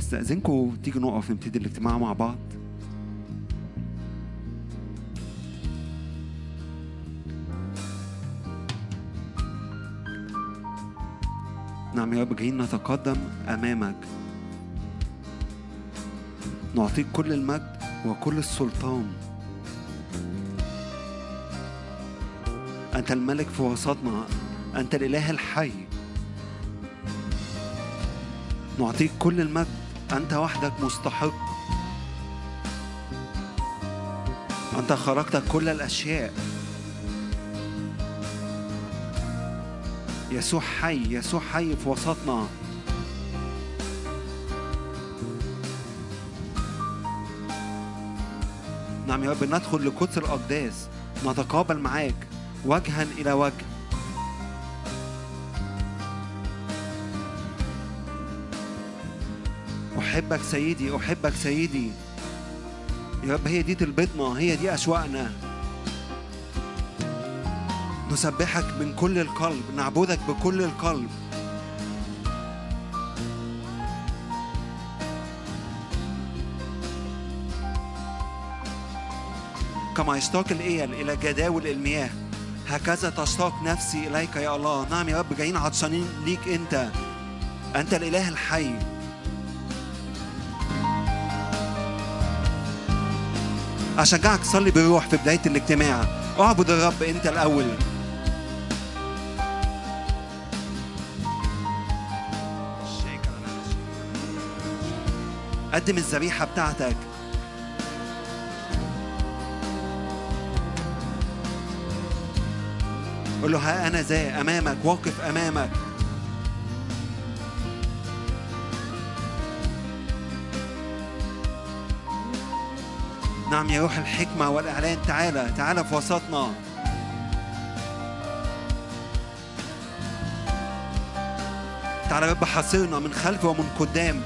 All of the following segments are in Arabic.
استأذنكم تيجي نقف نبتدي الاجتماع مع بعض. نعم يا رب، جايين نتقدم أمامك، نعطيك كل المجد وكل السلطان. أنت الملك في وسطنا، أنت الإله الحي. نعطيك كل المجد، أنت وحدك مستحق. أنت خرجت كل الأشياء. يسوع حي، يسوع حي في وسطنا. نعم يا رب، ندخل لقدس الأقداس، نتقابل معاك وجها إلى وجه. أحبك سيدي، أحبك سيدي. يا رب هي دي طلبتنا، هي دي أشواقنا. نسبحك من كل القلب، نعبدك بكل القلب. كما يشتاق الإيل إلى جداول المياه، هكذا تشتاق نفسي إليك يا الله. نعم يا رب، جايين عطشانين ليك أنت. أنت الإله الحي. أشجعك صلي بالروح في بداية الاجتماع. اعبد الرب أنت الأول. قدم الذبيحة بتاعتك. قل له ها أنا ذا أمامك، واقف أمامك. نعم يا روح الحكمة والإعلان، تعالى تعالى في وسطنا. تعالى يا رب، حاصرنا من خلف ومن قدام.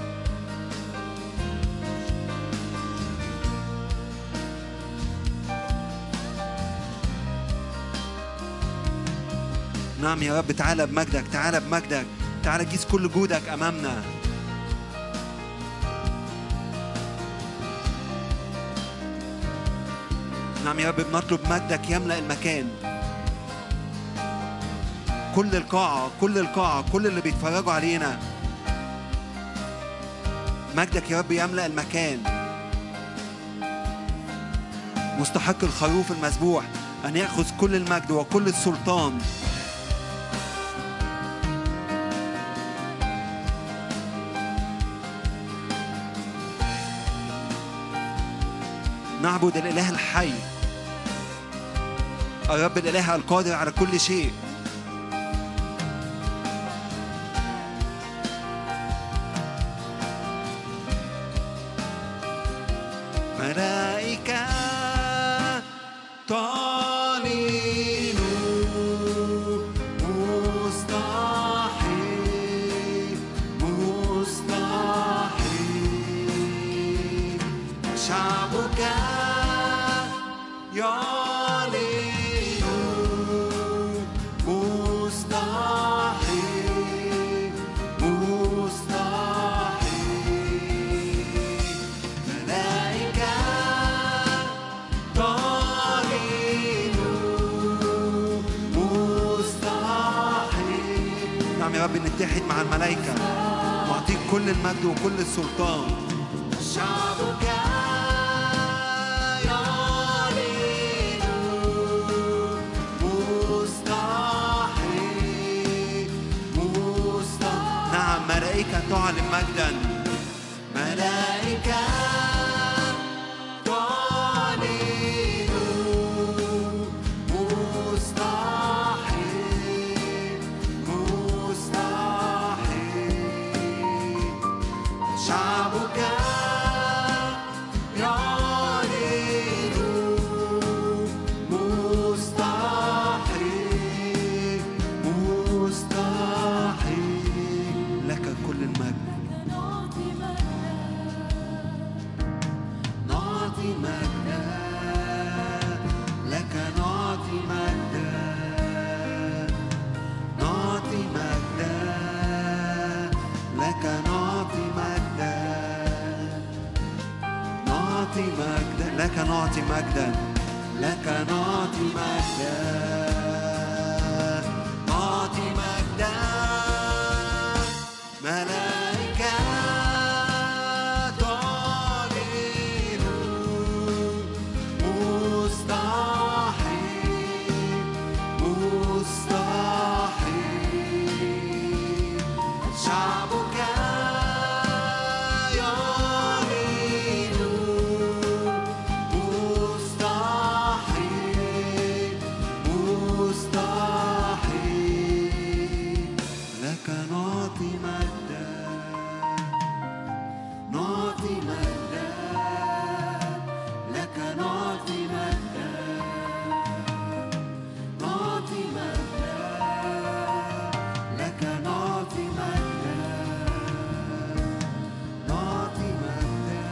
نعم يا رب، تعالى بمجدك، تعالى بمجدك، تعالى جيز كل جودك أمامنا. نعم يا رب، بنطلب مجدك يملأ المكان. كل القاعة، كل القاعة، كل اللي بيتفرجوا علينا، مجدك يا رب يملأ المكان. مستحق الخروف المذبوح أن يأخذ كل المجد وكل السلطان. نعبد الإله الحي، الرب الإله القادر على كل شيء. ملائكة تعلن مستحيل، مستحيل. شعبك يعلن مستحيل، مستحيل. ملائكة تعلن مستحيل. نعم يا رب، نتحد مع الملائكة، نعطيك كل المجد وكل السلطان. شعبك ملائكة تعلن مجدا. ملائكة تعلن مستحيل، مستحيل. شعبك يعلن مستحيل، مستحيل. لك كل المجد. نعطي مجدا لك، نعطي مجدا، نعطي مجدا لك، نعطي مجدا. نعطي مجدا، لك نعطي مجدا، لك نعطي مجدا، نعطي مجدا. ملائكة تعلن مستحيل مستحيل، شعبك يعلن مستحيل مستحيل، لك نعطي مجدا، نعطي مجدا، لك نعطي مجدا، نعطي مجدا، لك نعطي مجدا، نعطي مجدا،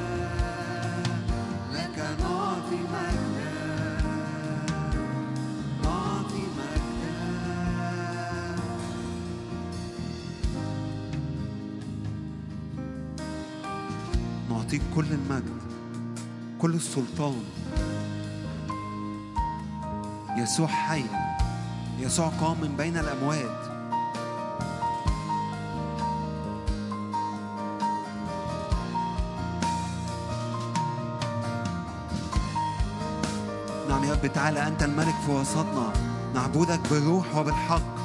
لك نعطي مجدا، نعطي مجدا. نعطيك كل المجد، كل السلطان. يسوع حي، يسوع قام من بين الأموات. نعم يا رب، تعالى أنت الملك في وسطنا، نعبدك بالروح وبالحق.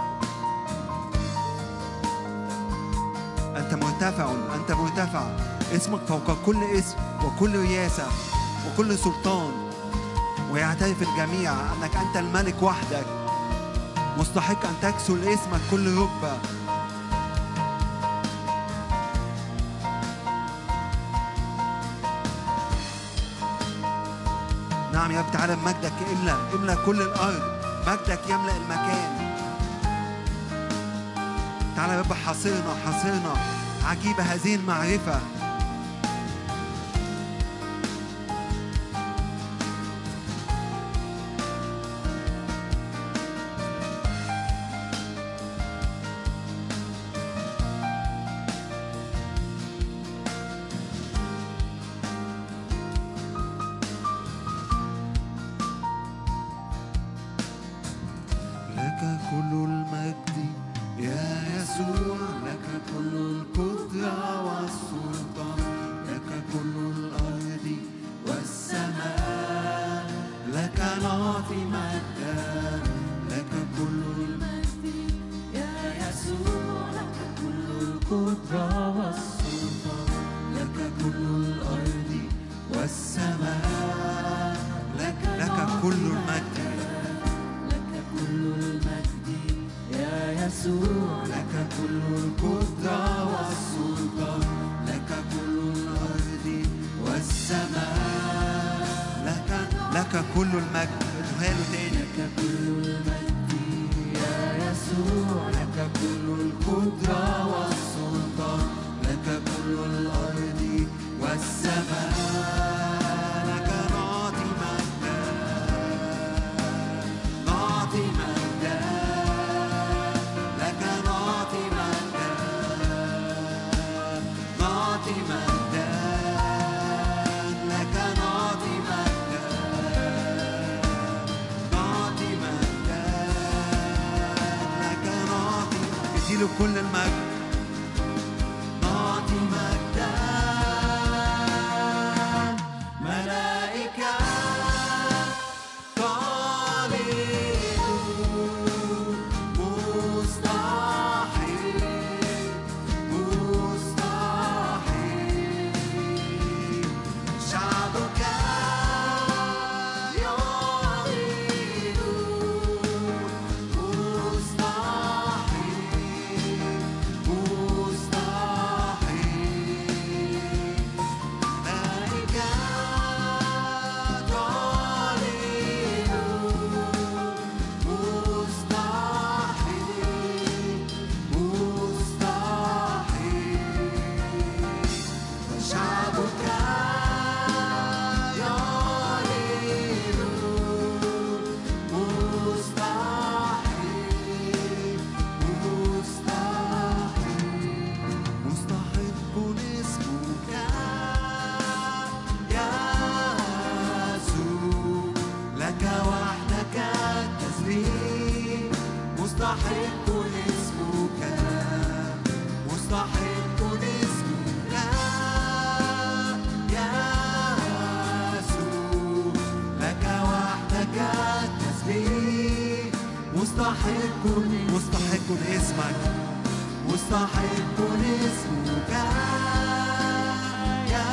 أنت مرتفع، أنت مرتفع، اسمك فوق كل اسم وكل رياسة وكل سلطان، ويعترف الجميع أنك أنت الملك وحدك، مستحق أن تكسو لاسمك كل ركبة. نعم يا رب، تعالى بمجدك املأ كل الأرض، مجدك يملأ المكان. تعالى يا رب، حاصرنا عجيبة هذه المعرفة. لك كل المجد يا يسوع، لك كل القدرة والسلطان، لك كل الأرض والسماء، لك نعطي مجدا، لك كل المجد يا يسوع، لك كل القدرة والسلطان، لك كل الأرض والسماء، لك كل المجد، لك كل المجد يا يسوع، لك كل القدرة والسلطان، لك كل الأرض والسماء، لك كل المجد. قولها تاني، لك كل المجد يا يسوع، لك كل القدرة والسلطان، لك كل الأرض والسماء، لك نعطي مجدا، نعطي مجدا، لك نعطي مجدا، نعطي مجدا، لك نعطي مجدا، نعطي مجدا، لك نعطي، اديله كل المجد، نعطي مجدا. ملائكة اسمك، مستحق اسمك يا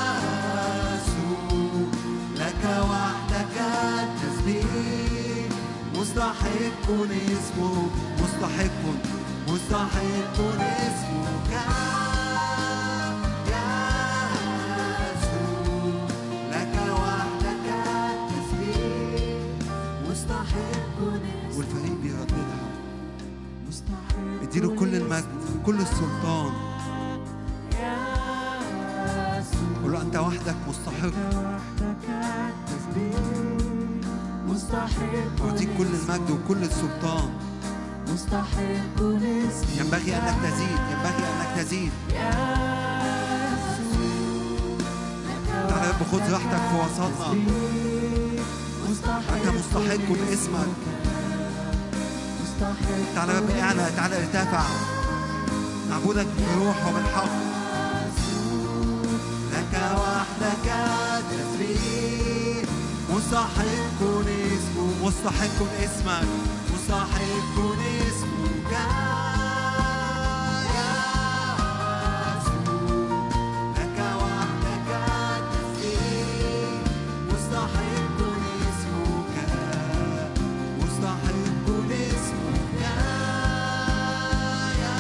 يسوع، لك وحدك التسبيح، مستحق اسمك، مستحق اسمك يا يسوع، لك وحدك التسبيح، مستحق اسمك. والفريق بيرددها، اديله كل المجد، كل السلطان. قول له أنت وحدك مستحق، أعطيك كل المجد وكل السلطان. ينبغي أنك تزيد، ينبغي أنك تزيد. تعالى يا رب خذ راحتك في وسطنا، أنت مستحق باسمك. تعالى يا رب اعلى، تعالى ارتفع، نعبدك بالروح وبالحق. لك وحدك التسبيح، مستحق اسمك، مستحق اسمك، مستحق اسمك يا يسوع، لك وحدك التسبيح، مستحق اسمك، مستحق اسمك يا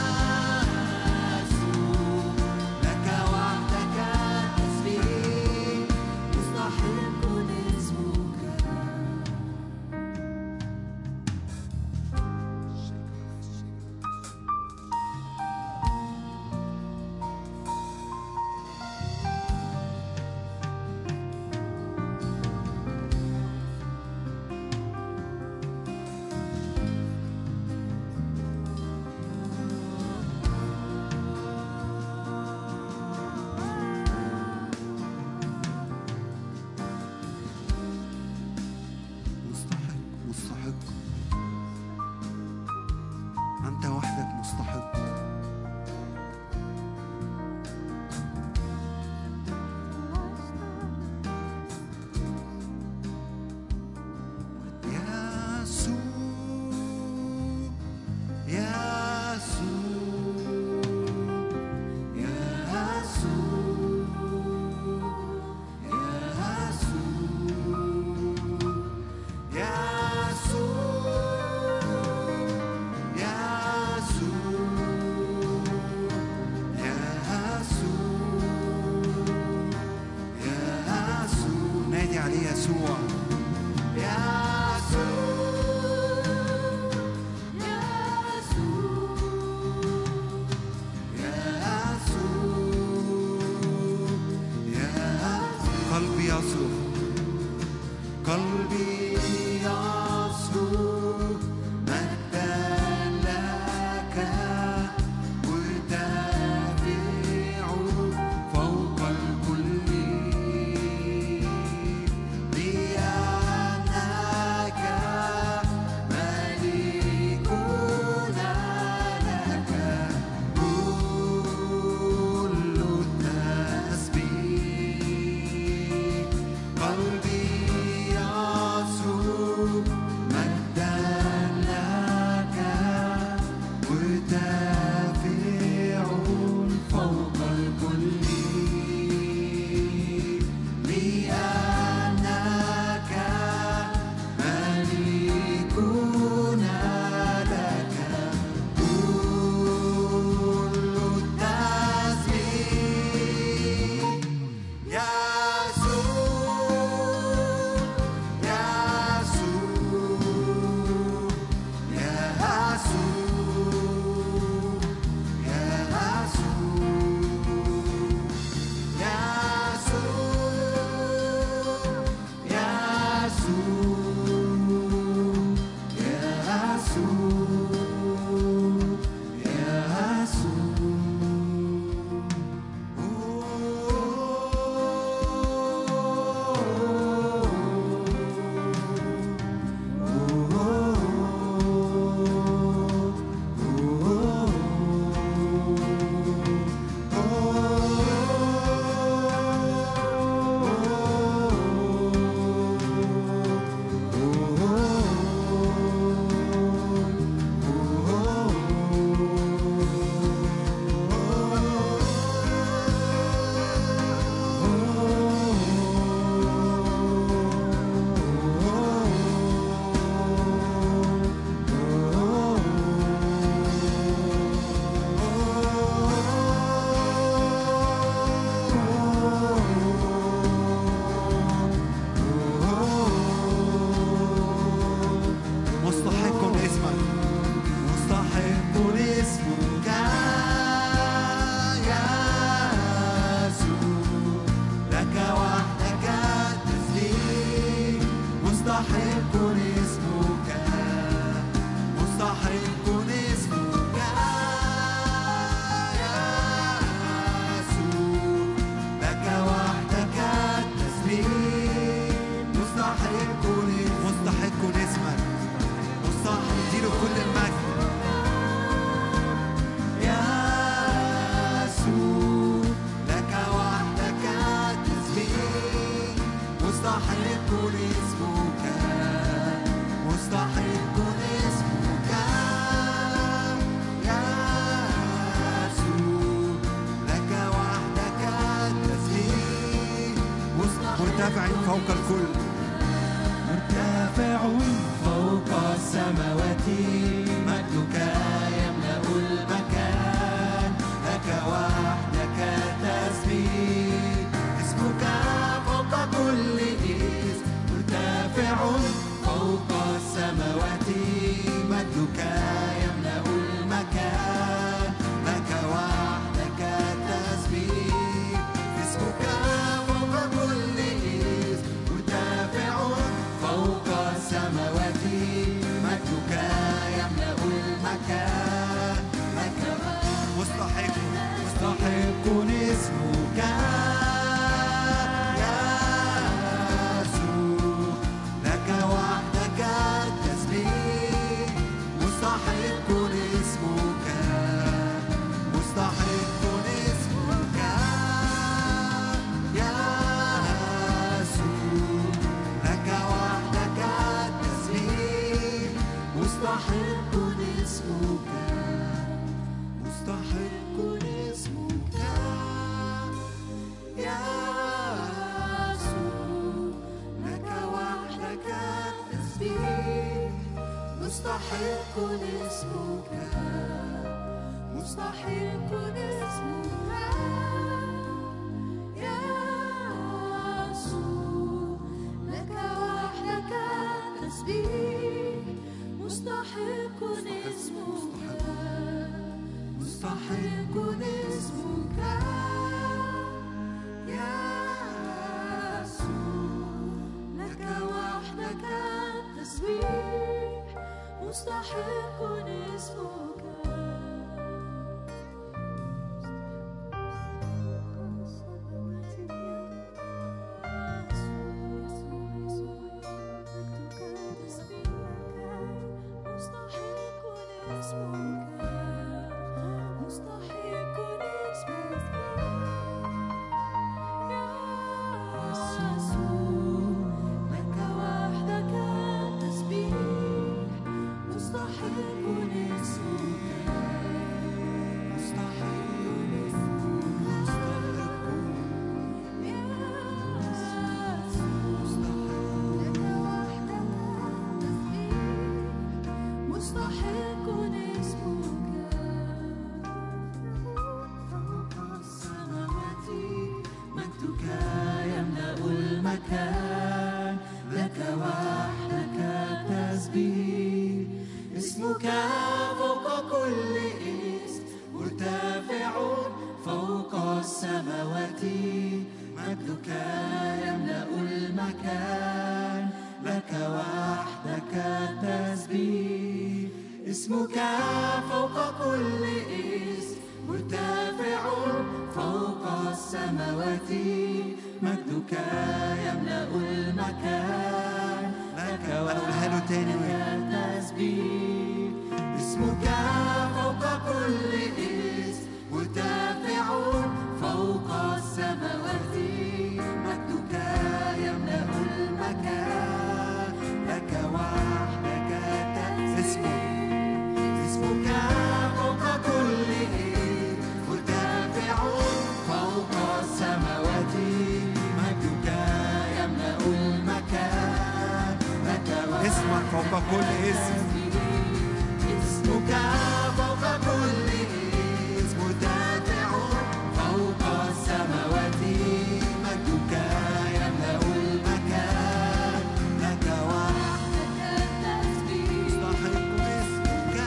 يسوع، لك وحدك التسبيح، مستحق اسمك. مستحق، أنت وحدك مستحق. نادي عليه يسوع، قلبي يصرخ، قلبي يصرخ مجدا لك، وارتفع فوق الكل، لأنك ملكنا، لك كل التسبيح. قلبي يصرخ اسمك، مستحق اسمك يا يسوع، لك وحدك التسبيح، مرتفع فوق الكل، مرتفع فوق السماوات، مجدك يملأ المكان، لك وحدك التسبيح، اسمك فوق كل اسم، مرتفع فوق السماوات، مجدك يملأ المكان، لك وحدك التسبيح، اسمك فوق كل اسم، مرتفع فوق السماوات، مجدك يملأ المكان، لك مستحق اسمك يا يسوع، لك وحدك التسبيح، مستحق اسمك، مستحق اسمك يا يسوع، لك وحدك التسبيح، مستحق اسمك، مستحق اسمك يا يسوع، لك وحدك التسبيح، مستحق اسمك، مستحق اسمك يا يسوع، لك وحدك التسبيح، مستحق اسمك، مستحق اسمك يا يسوع، لك وحدك التسبيح، مستحق اسمك. اسمك فوق كل اسم، مرتفع فوق السماوات، مجدك يملأ المكان، لك قولها له تاني تسبيح، اسمك فوق كل اسم، مرتفع فوق السماوات، مجدك يملأ المكان، لك وحدك تسبيح، اسمك فوق كل اسم، مرتفع فوق السماوات، مجدك يملأ المكان، لك اسمك فوق كل اسم، اسمك فوق كل اسم، مرتفع فوق السماوات، مجدك يملأ المكان، لك وحدك التسبيح، مستحق اسمك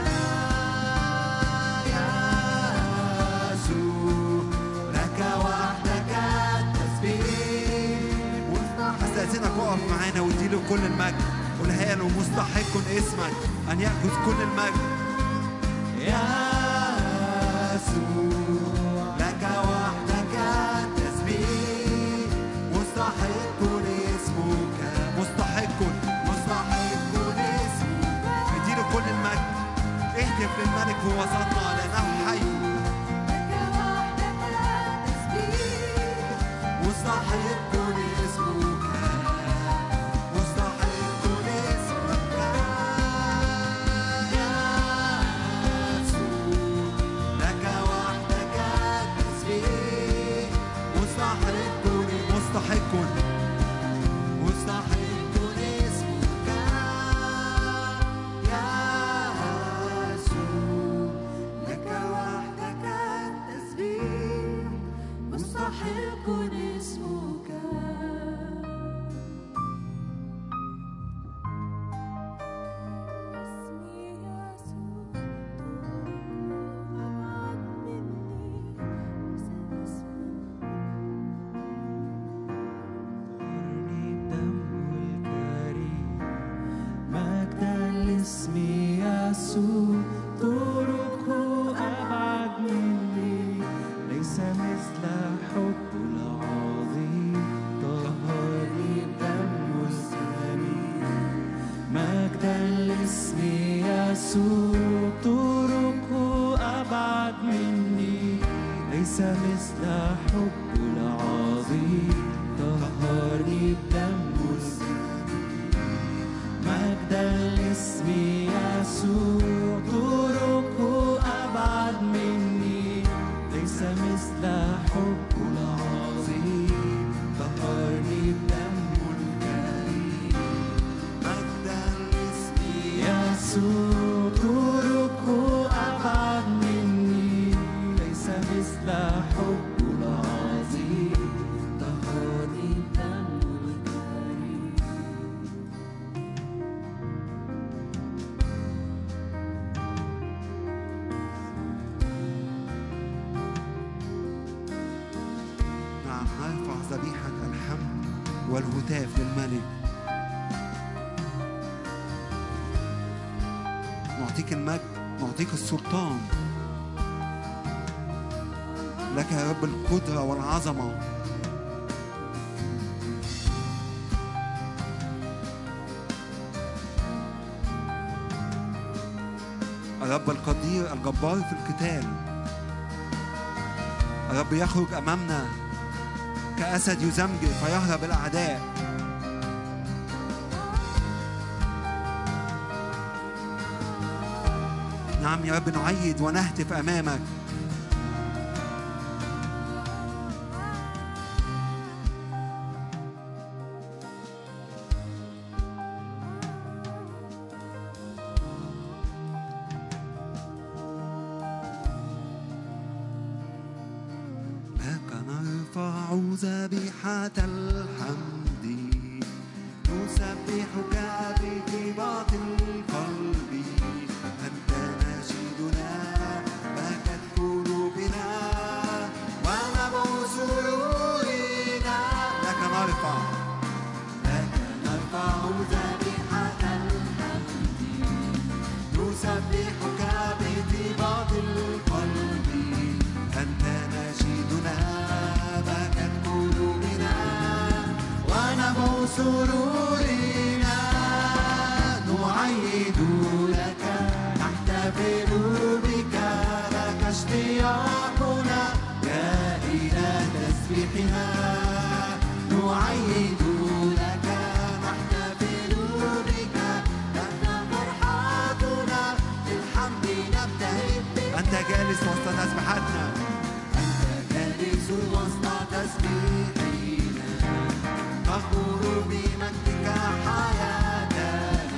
يا يسوع، لك وحدك التسبيح. استأذنك وقف معانا واديله كل المجد، قولها له مستحق اسمك أن يأخذ كل المجد يا يسوع، لك وحدك التسبيح، مستحق اسمك، مستحق اسمك، اديله كل المجد، اهتف للملك في وسطنا لأنه حي، لك وحدك التسبيح، مستحق اسمك مستحق مستحق اسمك يا يسوع، لك وحدك التسبيح، مستحق اسمك. اسمي يسوع طرقه أبعد مني، ليس مثل حب العظيم طهرني بدمه الثمين. مجدا لاسمي يسوع طرقه أبعد مني، ليس مثل حب العظيم طهرني بدمه الثمين. مجدا لاسمي يسوع طرقه أبعد مني، ليس مثل حب العظيم طهرني بدمه الكريم. مجدا لاسمي يسوع طرقه أبعد مني، ليس مثل حب العظيم طهرني بدمه الكريم. نرفع ذبيحة الحمد والهتاف للملك. نعطيك المجد، نعطيك السلطان. لك يا رب القدرة والعظمة. الرب القدير الجبار في القتال. الرب يخرج أمامنا كأسد يزمجر فيهرب الأعداء. نعم يا رب، نعيد ونهتف أمامك. ذبيحة الحمد نسبحك بطيبات القلب، أنت نشيدنا بكت قلوبنا ونبع سرورنا. لك نرفع ذبيحة الحمد نسبحك بطيبات القلب، أنت نشيدنا بكت قلوبنا ونبع سرورنا. نعيد لك نحتفل بك، لك اشتياقنا يا إله تسبيحنا. نعيد لك نحتفل بك، أنت فرحتنا بالحمد نبتهج بك. أنت جالس وسط تسبيحاتنا، وسط تسبيحنا تخبر بمجدك حياتنا.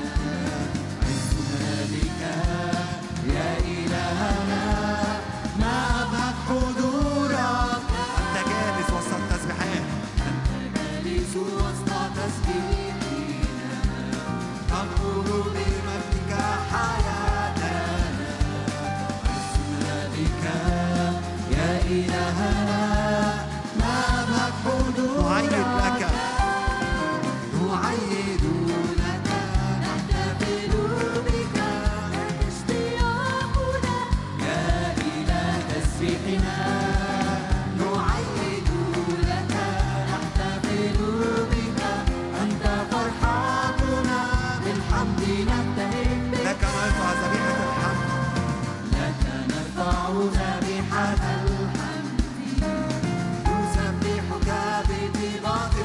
عزنا بك يا إلهنا، ما أبهج حضورك. أنت جالس وسط التسبيحات، أنت جالس وسط تسبيحنا تخبر بمجدك حياتنا. عزنا بك يا إلهنا، نعيد لك نحتفل بك، لك اشتياقنا يا إله تسبيحنا. نعيد لك نحتفل بك، أنت فرحتنا بالحمد نبتهج بك. لك نرفع ذبيحة الحمد، لك نرفع ذبيحة الحمد نسبحك بطيبات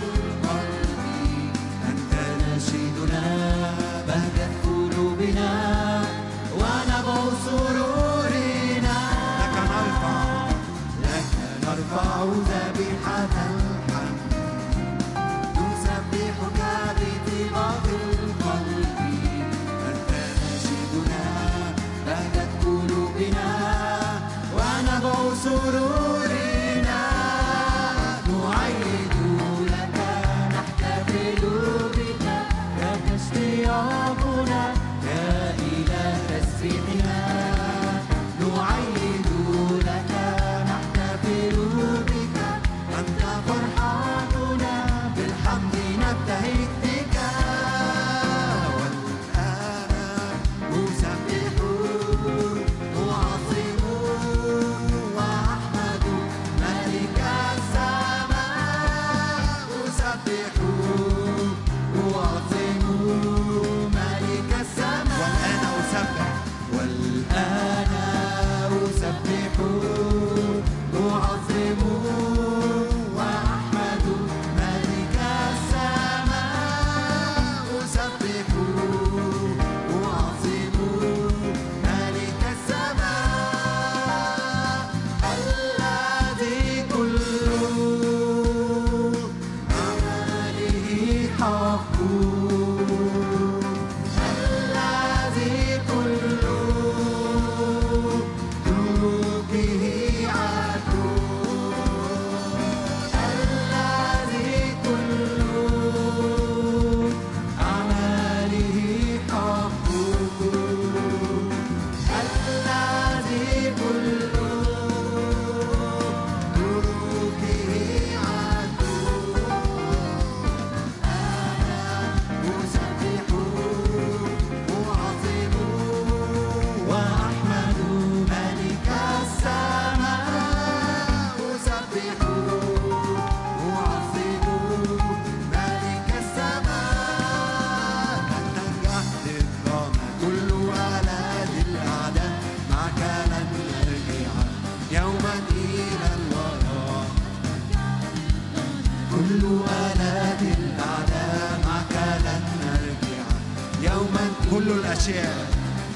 كل آلات الأعداء معك لن نرجع يوما. كل الأشياء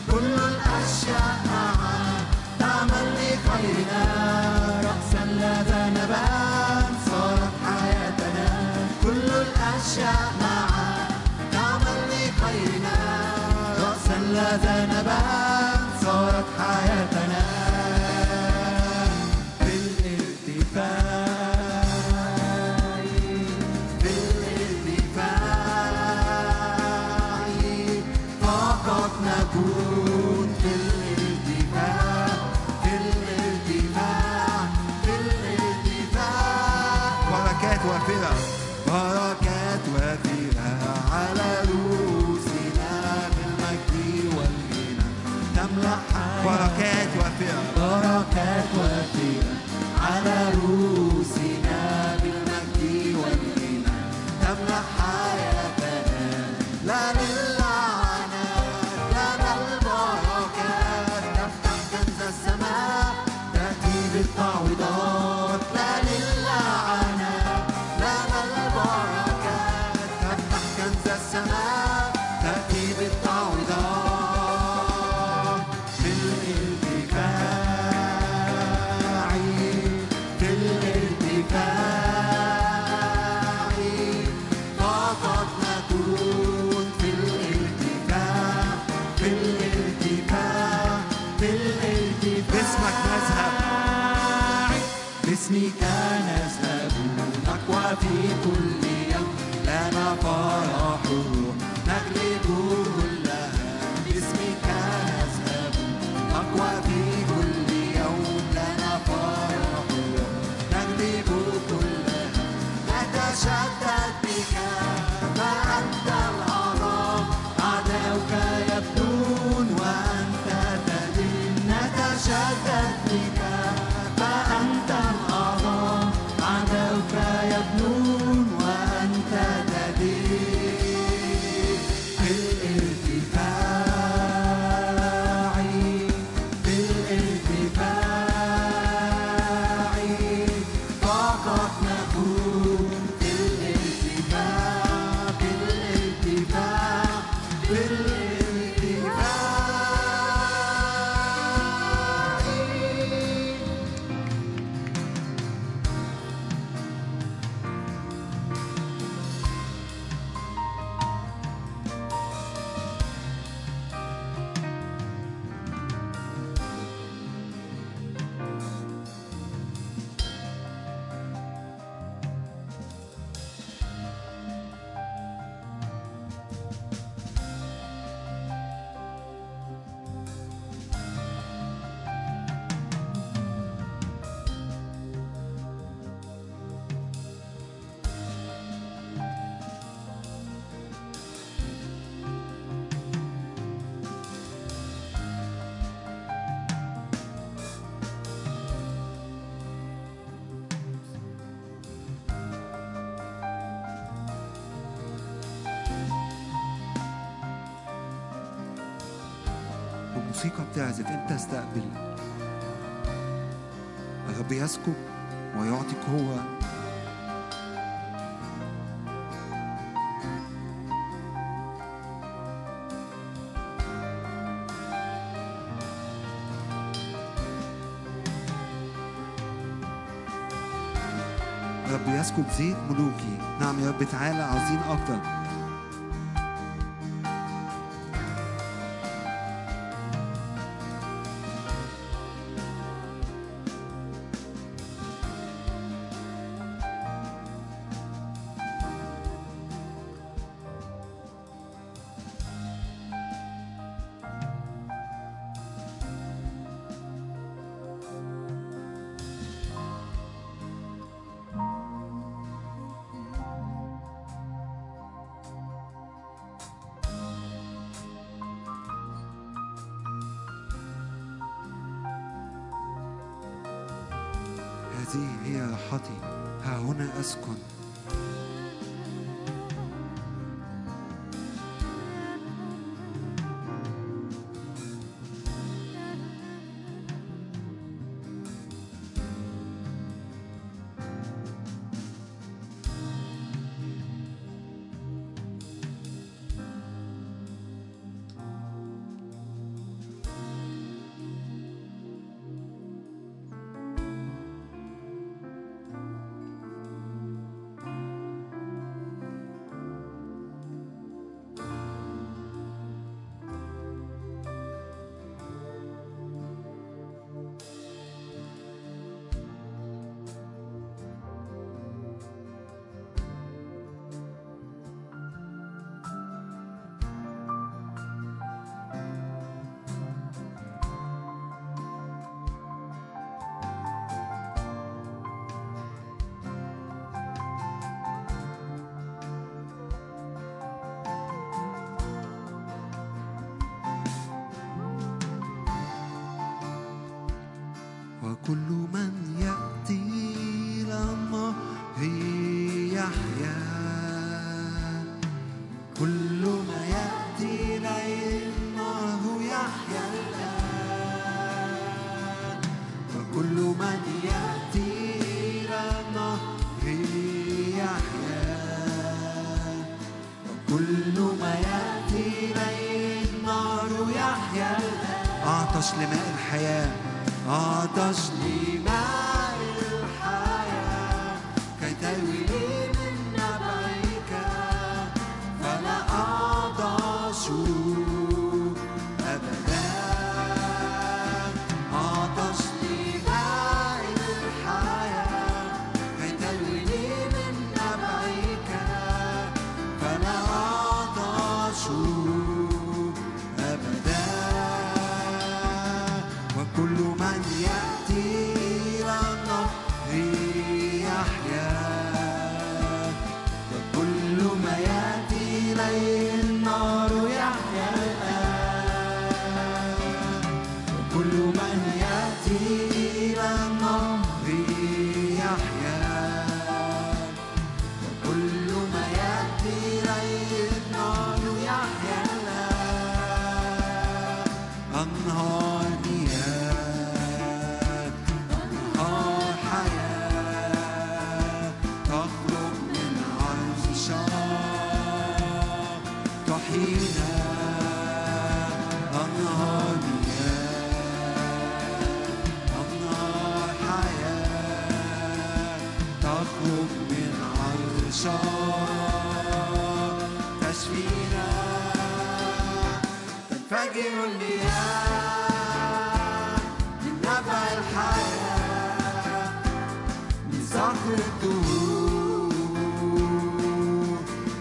معا تعمل لخيرنا، رأسا لا ذنبا صارت حياتنا. كل الأشياء معا تعمل لخيرنا، رأسا لا ذنبا صارت حياتنا. بركات وفيرة على رؤوسنا بالمجد والغنى تملأ حياتنا. بركات وفيرة على رؤوسنا بالمجد والغنى تملأ حياتنا. لا للعنات لنا البركات، نفتح كنز السماء تأتي بالتعويضات. لا للعنات لنا البركات، نفتح كنز السماء تأتي بالتعويضات. في الارتفاع فقط نكون في الارتفاع. باسمك نذهب، باسمك نذهب نقوى في كل يوم. لنا فرح نغلب كلها، باسمك نذهب نقوى في كل يوم. لنا فرح نغلب كلها، نتشدد بك فأنت العظام. أعداؤك يبدون وأنت تدين، نتشدد بك فأنت العظام. أعداؤك يبدون وأنت تدين. في الارتفاع فقط نكون في الارتفاع. والموسيقى بتعزف، انت استقبل. الرب يسكب ويعطي قوة. الرب يسكب زيت ملوكي. نعم يا رب، تعالى عاوزين اكتر. هذه هي راحتي، ها هنا أسكن. وكل من يأتي إلى الله يحيا. كل ما يأتي إليه الله يحيا الآن، وكل من يأتي إلى الله يحيا. وكل ما يأتي إليه النار يحيا الآن. أعطش لماء الحياة، أعطش لماء الحياة كي تروي لي من نبعك، فلا أعطش أبدا. أعطش لماء الحياة كي تروي لي من نبعك، فلا أعطش أبدا. وكل من يأتي إلى النهر يحيا، وكل ما يأتي إليه النار يحيا الآن. وكل من يأتي إلى النهر يحيا، وكل ما يأتي إليه النار يحيا الآن. أنهار مياه، أنهار حياة تخرج من عرشك تحيينا. أنهار مياه، أنهار حياة تخرج من عرشك تشفينا. تنفجر المياه من نبع الحياة، من صخر الدهور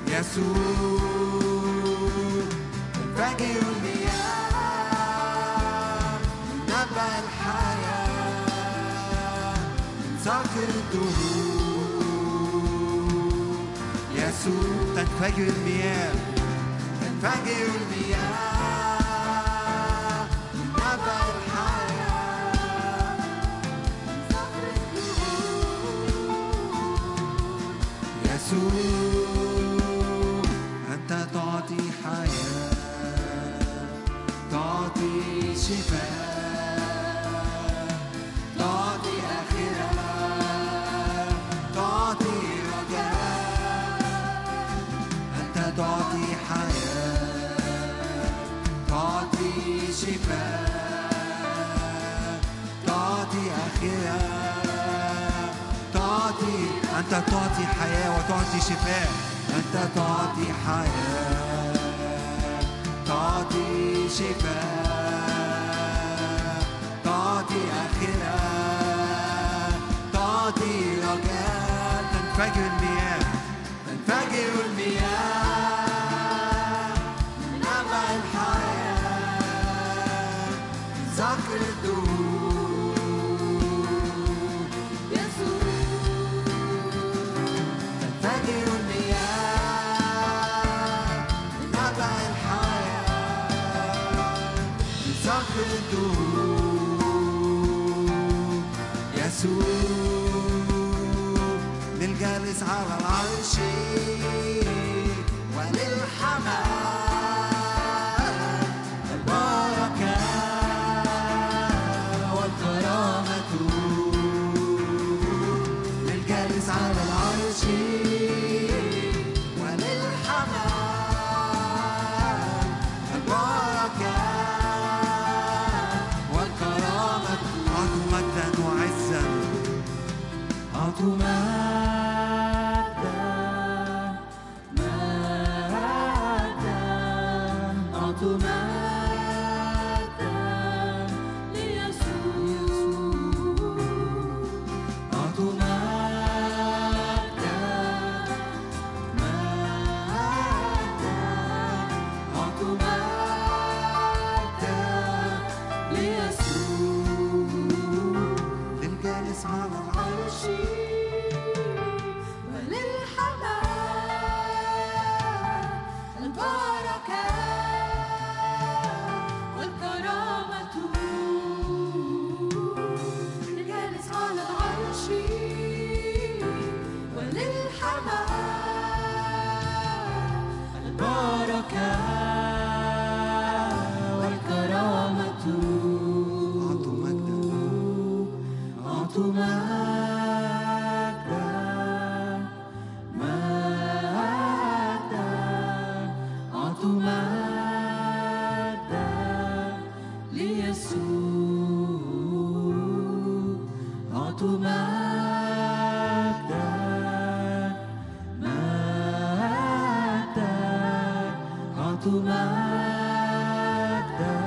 يسوع. تنفجر المياه من نبع الحياة، من صخر الدهور يسوع. تنفجر المياه، تنفجر المياه من نبع الحياة، من صخر الدهور يسوع. أنت تعطي حياة، تعطي شفاء، تعطي آخرة، تعطي رجاء. أنت تعطي حياة، تعطي شفاء، تعطي آخرة، تعطي. أنت تعطي حياة وتعطي شفاء. أنت تعطي حياة، تعطي شفاء، تعطي آخرة، تعطي رجاء. تنفجر المياه، تنفجر المياه من نبع الحياة، من صخر الدهور يسوع. تنفجر المياه من نبع الحياة، من صخر الدهور يسوع. للجالس على العرش وللحمام البركة والكرامة. للجالس على العرش وللحمام البركة والكرامة. أعطوا مجدا وعزا، أعطوا مجدا أعطوا مجدا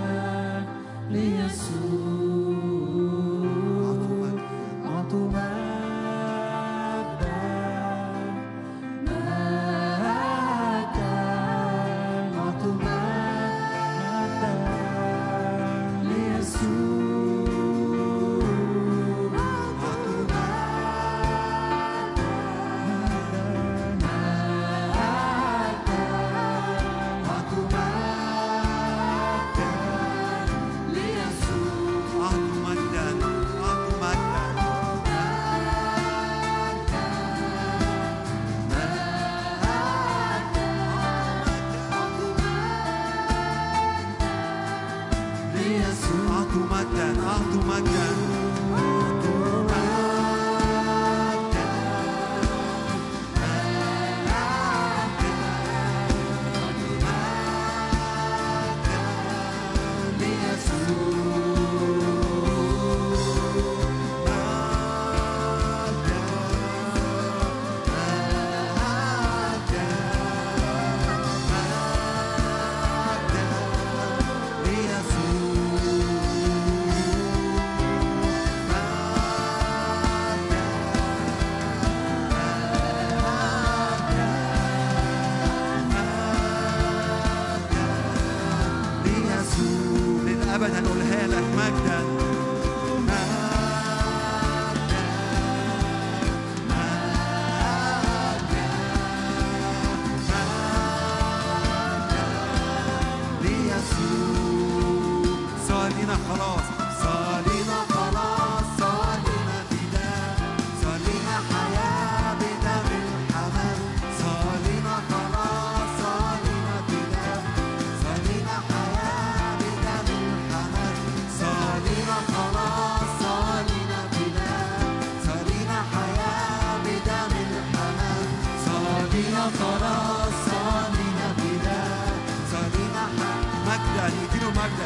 ليسوع أعطوا مجدا أعطوا مجدا ليسوع للأبد هنقولها لك مجدا صالينا خلاص صالينا خلاص صالينا فداء صالينا حياة بدم الحمام صالينا خلاص صالينا فداء صالينا حياة بدم الحمام صالينا خلاص صالينا فداء صالينا حياة بدم الحمام صالينا خلاص صالينا فداء صالينا مجدا يديله مجدا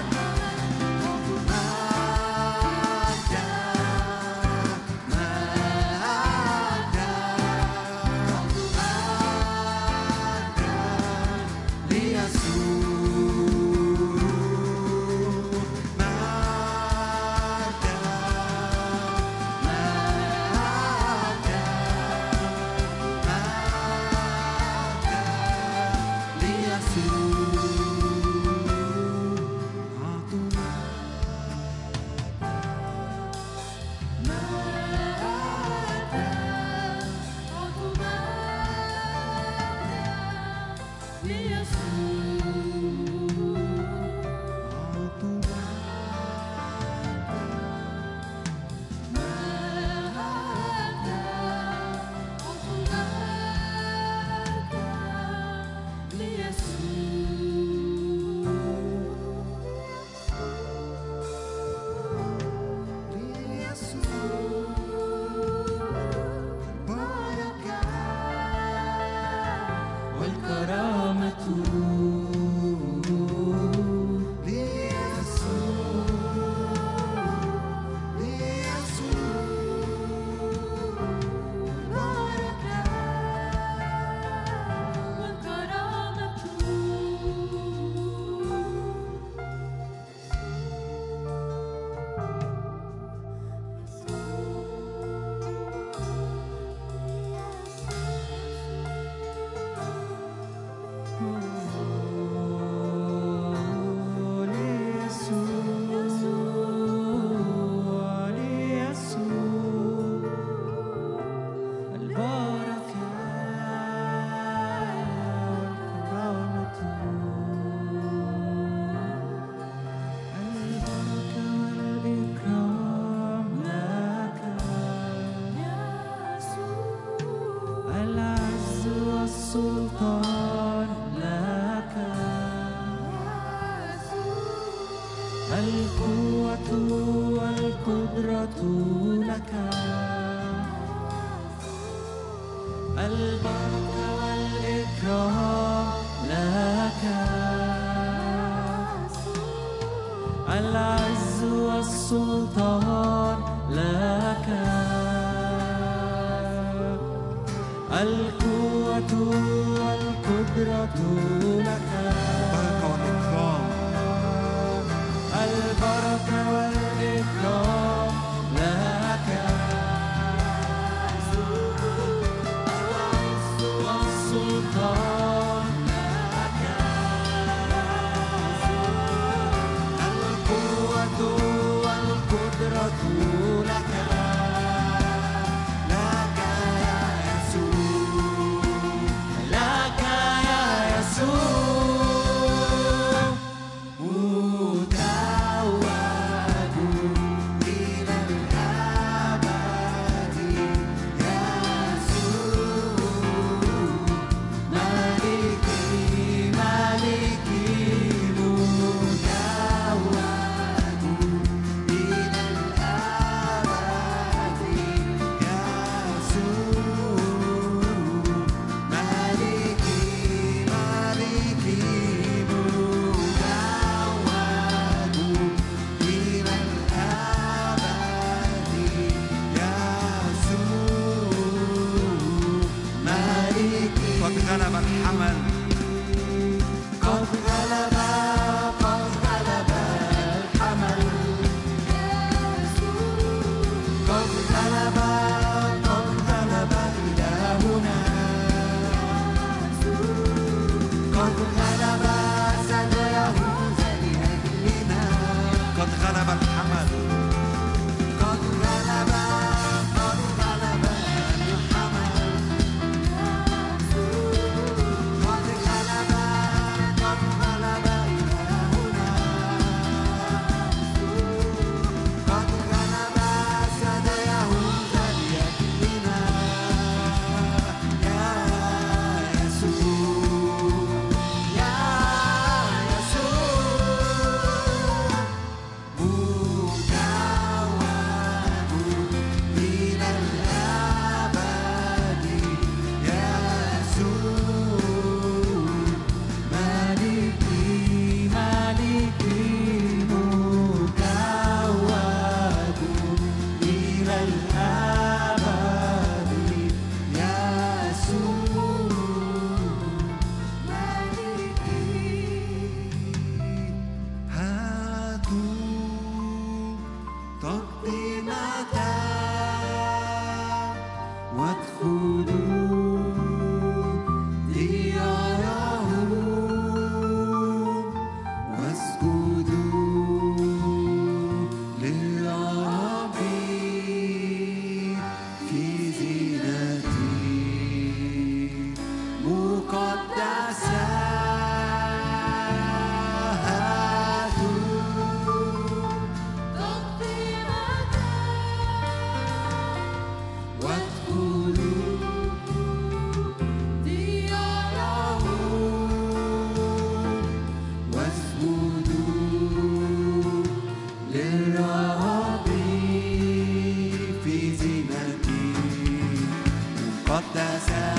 القوة والقدرة لك، البركة والإكرام، البركة والإكرام لك، والسلطان لك، القوة والقدرة لك، لك يا يسوع، لك يا يسوع، متوج إلى الأبد يا يسوع، مالكي مالكي، متوج إلى الأبد يا يسوع، مالكي مالكي، متوج إلى الأبد يا يسوع، مالكي. قد غلب الحمل، قد غلب الحمل، قد غلب إلهنا، قد غلب سد يهوذا لأجلنا، قد غلب الحمل، قد غلب الحمل، قد غلب إلهنا، قد غلب سد يهوذا لأجلنا يا يسوع، يا يسوع، متوج إلى الأبد يا يسوع، مالكي مالكي، متوج إلى الأبد يا يسوع، مالكي. هاتوا تقدمة وادخلوا دياره، واسجدوا للرب في زينته مقدسة. وادخلوا دياره، واسجدوا للرب في زينته مقدسة.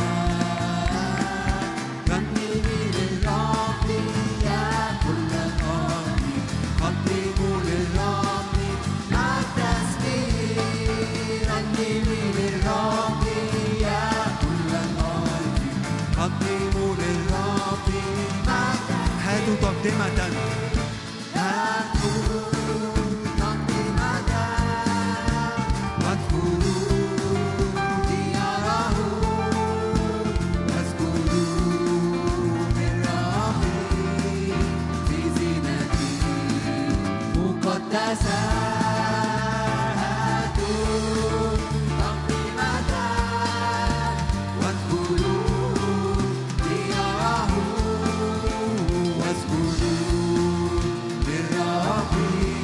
رنموا للرب يا كل الأرض، قدموا للرب مع التسبيح، رنموا للرب يا كل الأرض، قدموا للرب مع التسبيح. هاتوا تقدمة، هاتوا تقدمة، وادخلوا دياره، واسجدوا للرب في زينته مقدسة. هاتوا تقدمة، وادخلوا دياره، واسجدوا للرب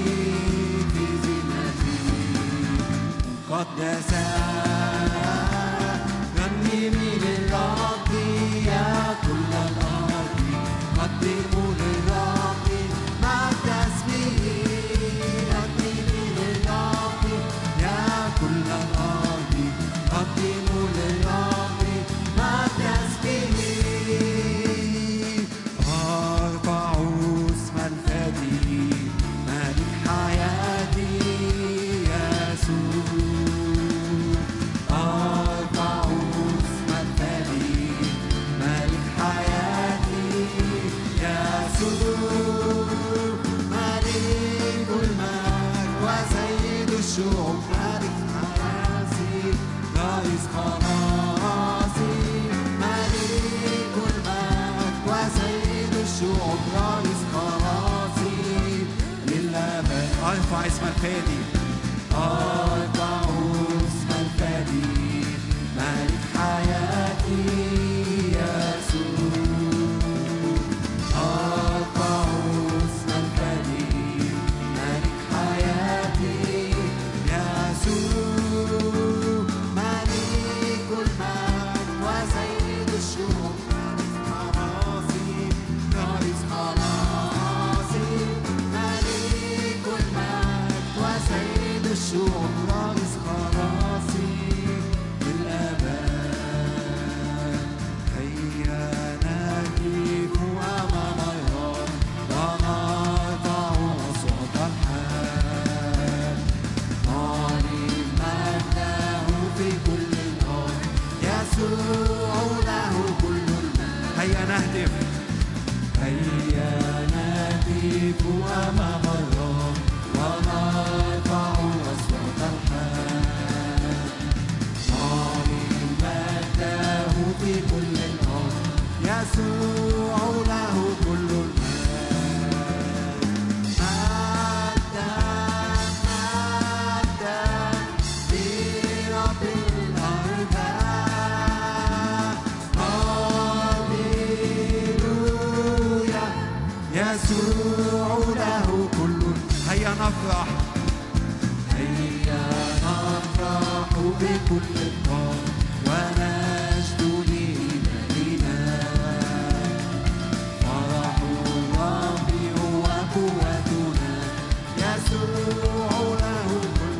رئيس خلاصي للأبد. ارفع اسم الفادي، أرفع اسم الفدي ملك حياتي يسوع. أرفع اسم الفدي ملك حياتي يسوع. ملك المجد وسيد الشعوب خلاصي رئيس خلاصي. ملك المجد وسيد الشعوب رئيس خلاصي للأبد. هيا نهتف أمام الرب ونرفع أصوات الحمد. نعلن مجده في كل الأرض. يسوع له كل المجد. هيا نهتف، هيا نهتف أمام الرب ونرفع أصوات الحمد. نعلن مجده في كل الأرض. يسوع له كل المجد. مجدا مجدا لرب الأرباب. هللويا يسوع له كل. هيا نفرح، هيا نفرح بكل الطاقة ونسجد لإلهنا. فرح الرب هو قوتنا. يسوع له كل.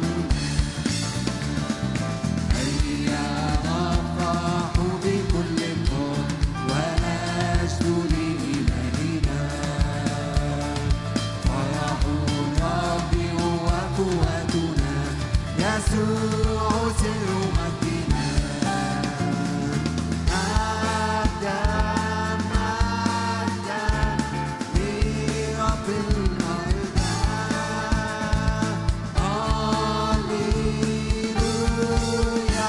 هيا نفرح بكل الطاقة ونسجد لإلهنا. فرح الرب هو قوتنا. يسوع سر مجدنا. مجدا مجدا لرب الأرباب. هللويا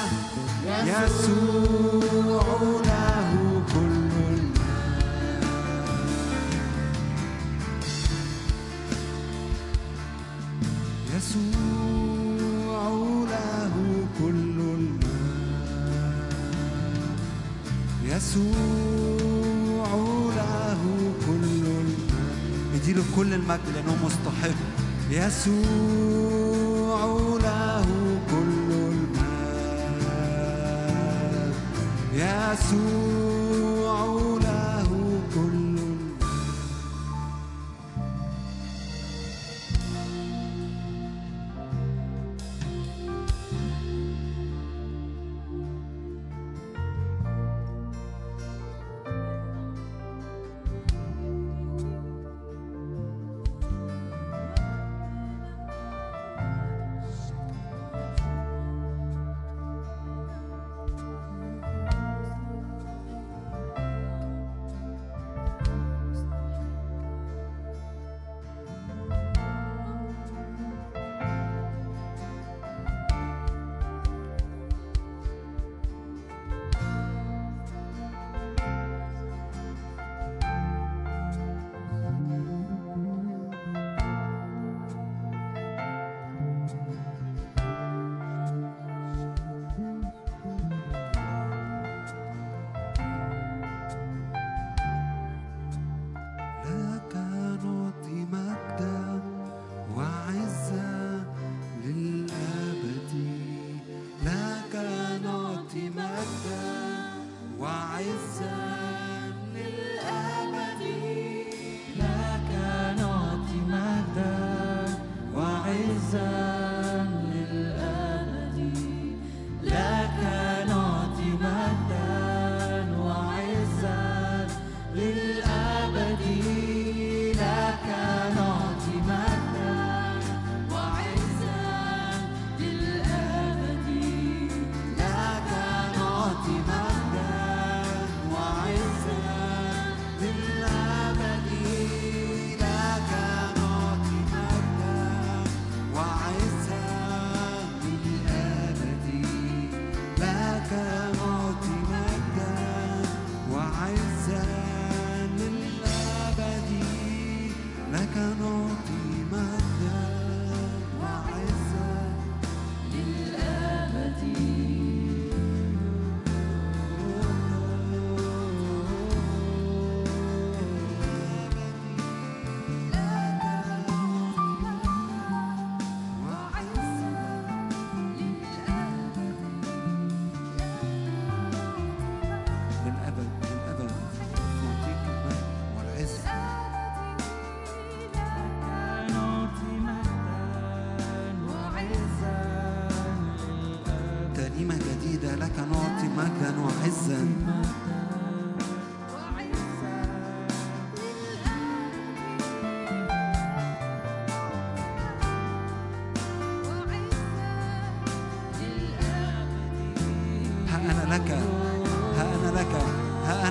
يسوع له كل المجد. يسوع له كل المجد، يسوع له كل المجد. اديله كل المجد لأنه مستحق. يسوع له كل المجد، يسوع له كل المجد.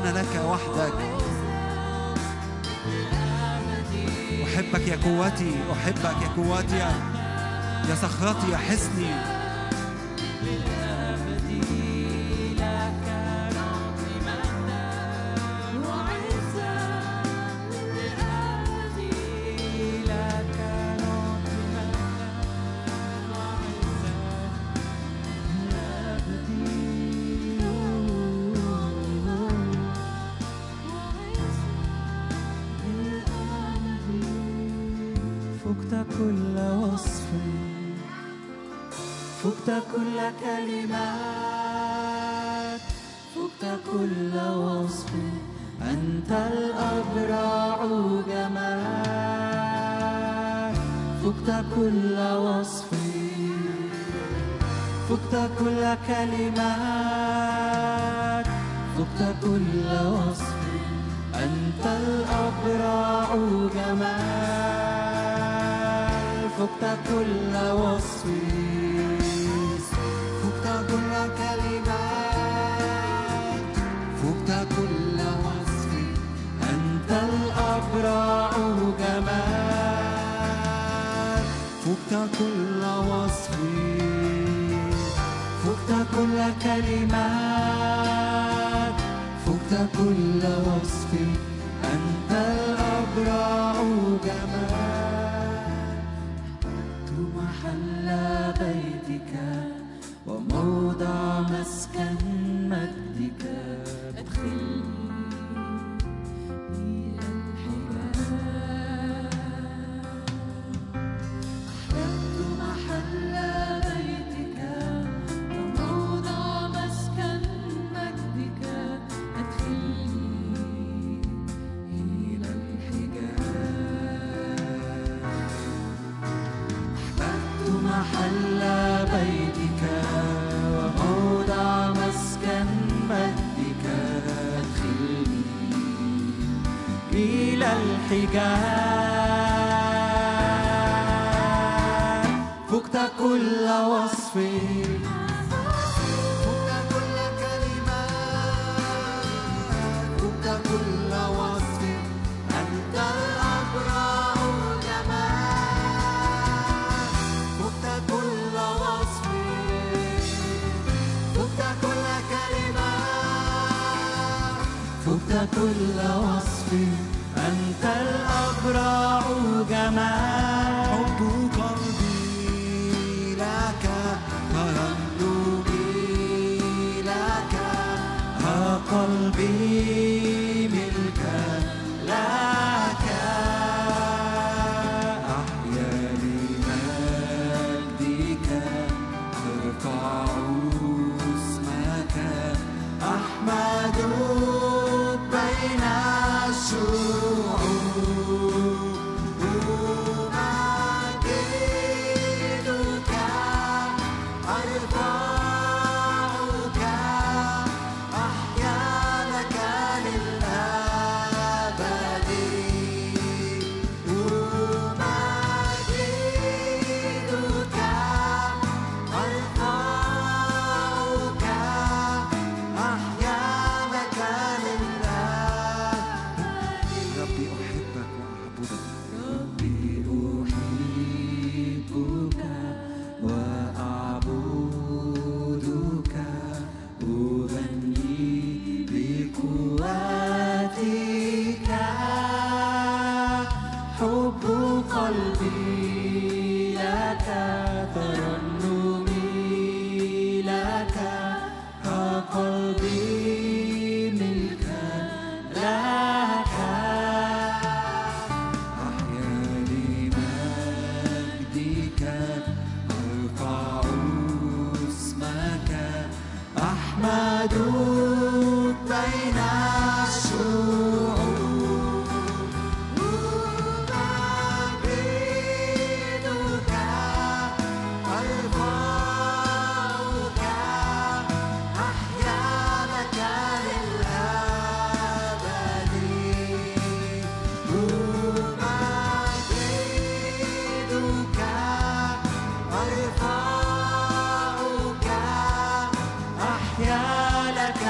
أنا لك وحدك. أحبك يا قوتي، أحبك يا قوتي، يا صخرتي، يا حصني. فقت كل وصف، فقت كل كلمات، فقت كل وصف، أنت الأبرع جمال. فقت كل وصف، فقت كل كلمات، فقت كل وصف، أنت الأبرع جمال. فقت كل وصف، فقت كل كلمات، فقت كل وصف، أنت الأبرع جمال. فقت كل وصف، فقت كل كلمات، فقت كل وصف، أنت الأبرع جمال. أحببت محل بيتك وموضع مسكن مجدك. أدخلني إلى الحجاب. أحببت محل بيتك وموضع مسكن مجدك. أدخلني إلى الحجاب. أحببت محل بيتك وموضع مسكن مجدك. أدخلني إلى الحجاب. فقت كل وصف، فقت كل كلمات، فقت كل وصف، أنت الأبرع جمال. فقت كل وصف، فقت كل كلمات، فقت كل وصف، أنت الأبرع جمال. حب قلبي لك، ترنمي لك، ها قلبي ملكا لك. أحيا لمجدك، أرفع اسمك، أحمدك بين الشعوب. أمجدك، أرفعك، أحيا لك للأبد. أمجدك، أرفعك، أحيا لك للأبد. ربي أحبك وأعبدك. ربي أحبك وأعبدك، أغني بقوتك. حب قلبي لك، ترنمي لك، ها قلبي ملكا لك. أحيا لمجدك، أرفع اسمك، أحمدك بين الشعوب. أمجدك، أرفعك، أحيا لك للأبد. أمجدك، أرفعك، أحيا لك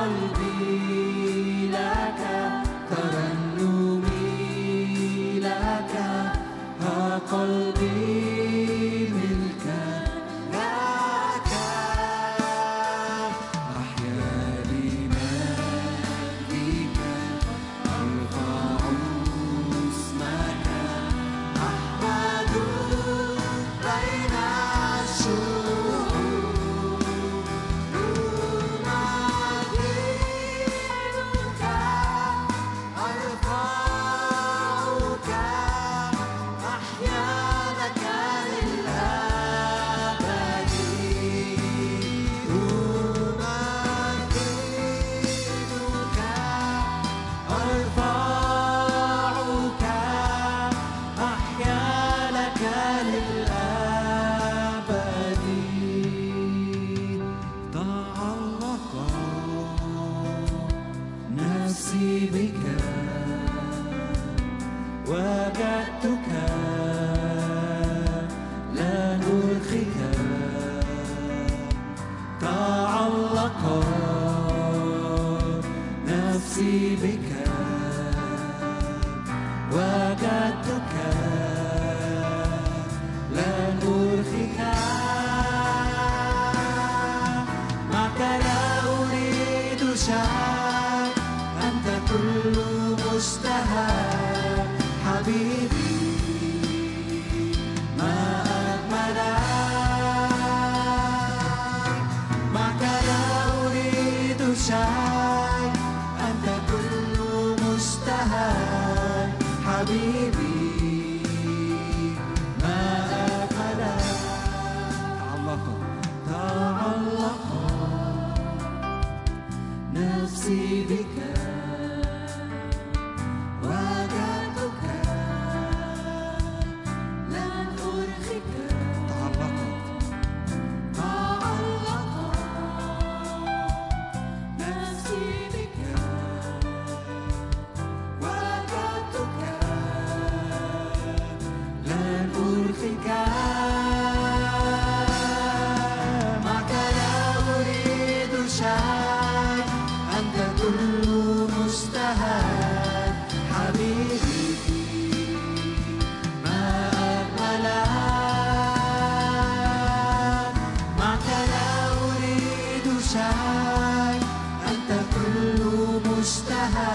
قلبي لك ترنمي لك ها قلبي ملكا لك أحيا لمجدك أرفع اسمك أحمد بين الشعوب أمجدك أرفعك أحيا لك للأبد أمجدك أرفعك أحيا لك للأبد تعلق نفسي بك وجدتك لن أرخيك تعلق نفسي بك وجدتك لن أرخيك معك لا أريد شيء أنت كل مشتهى حبيبي ما أجملك معك لا أريد شيء أنت كل مشتهى حبيبي ما أجملك تعلق نفسي بك وجدتك لن أرخيك تعلق نفسي بك وجدتك لن أرخيك معك لا أريد شيء أنت كل مشتهى حبيبي ما أجملك معك لا أريد شيء أنت كل مشتهى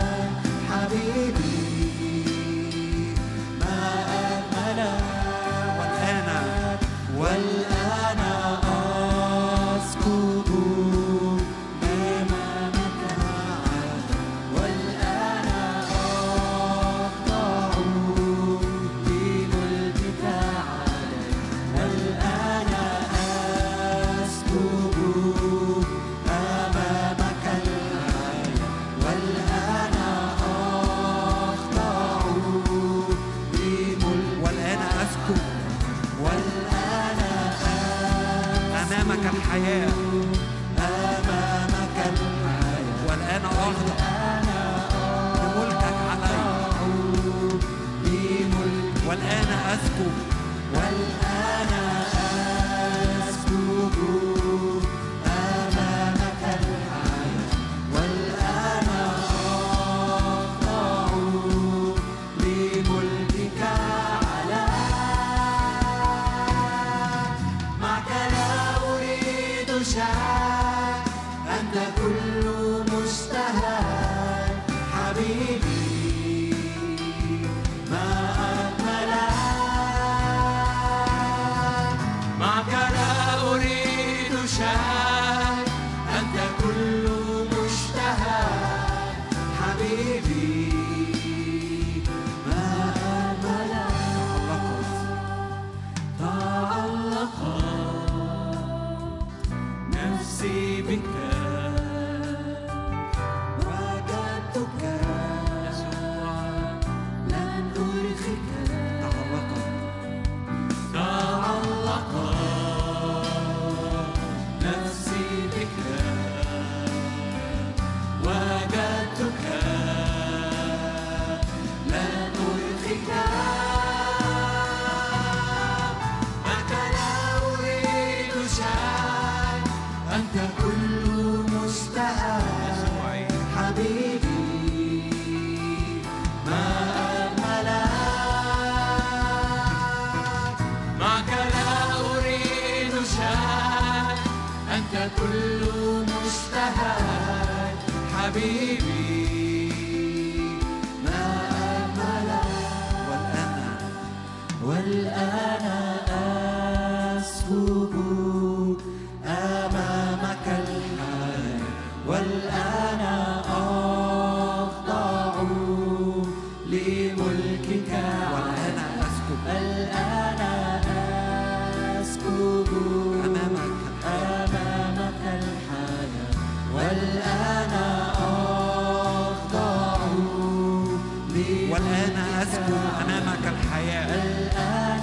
حبيبي ما أجملك والآن أسكت أمامك والآن أخضع لملكك علي والآن أسكت أمامك العالي والآن أخضع لملكك والآن أسكب والآن أمامك الحياة أمامك الحياة والآن أخضع لملكك علي والآن أسكب والآن أسكب أمامك الحياة والآن أخضع لملكك علي معك لا أريد شيء أنت كل مشتهى حبيبي ما أجملك معك لا أريد شيء أنت كل مشتهى حبيبي ما أجملك تعلق نفسي بك وجدتك لن أرخيك تعلق نفسي بك وجدتك لن أرخيك معك لا أريد شيء أنت كل مشتهى كل مشتهى حبيبي ما أجمل والآن أسكب أمامك الحياة والآن أخضع لملكك والآن أسكب الآن أسكب أمامك الحياة والآن أخضع والآن أسكب أمامك الحياة الآن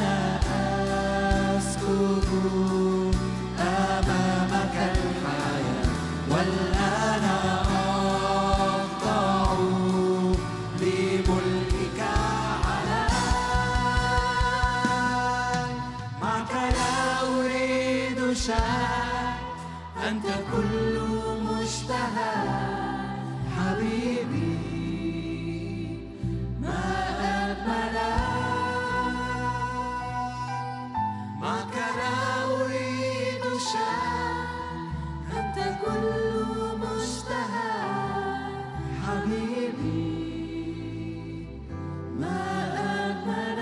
أسكب أمامك الحياة والآن أخضع لملكك علي معك لا أريد شيء أنت كل مشتهى حبيبي ما أجمل معك لا أريد شيء أنت كل مشتهى حبيبي ما أجمل.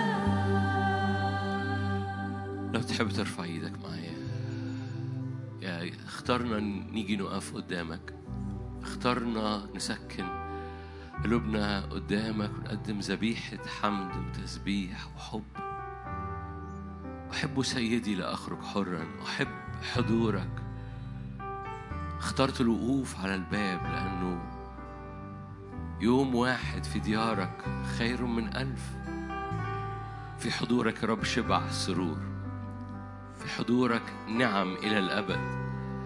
لو تحب ترفع ايدك معايا. يا اخترنا نيجي نقف قدامك، اخترنا نسكن قلوبنا قدامك ونقدم ذبيحة حمد وتسبيح وحب. أحب سيدي لأخرج حرا، أحب حضورك. اخترت الوقوف على الباب لأنه يوم واحد في ديارك خير من 1000. في حضورك يا رب شبع سرور، في حضورك نعم إلى الأبد.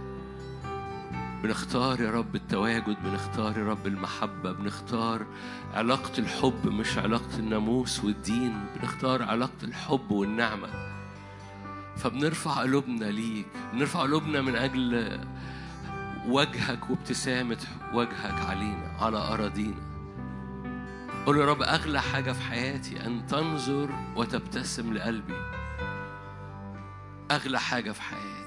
بنختار يا رب التواجد، بنختار يا رب المحبة، بنختار علاقة الحب مش علاقة الناموس والدين، بنختار علاقة الحب والنعمة. فبنرفع قلوبنا ليك، بنرفع قلوبنا من أجل وجهك وابتسامة وجهك علينا على أراضينا. قول يا رب أغلى حاجة في حياتي أن تنظر وتبتسم لقلبي. أغلى حاجة في حياتي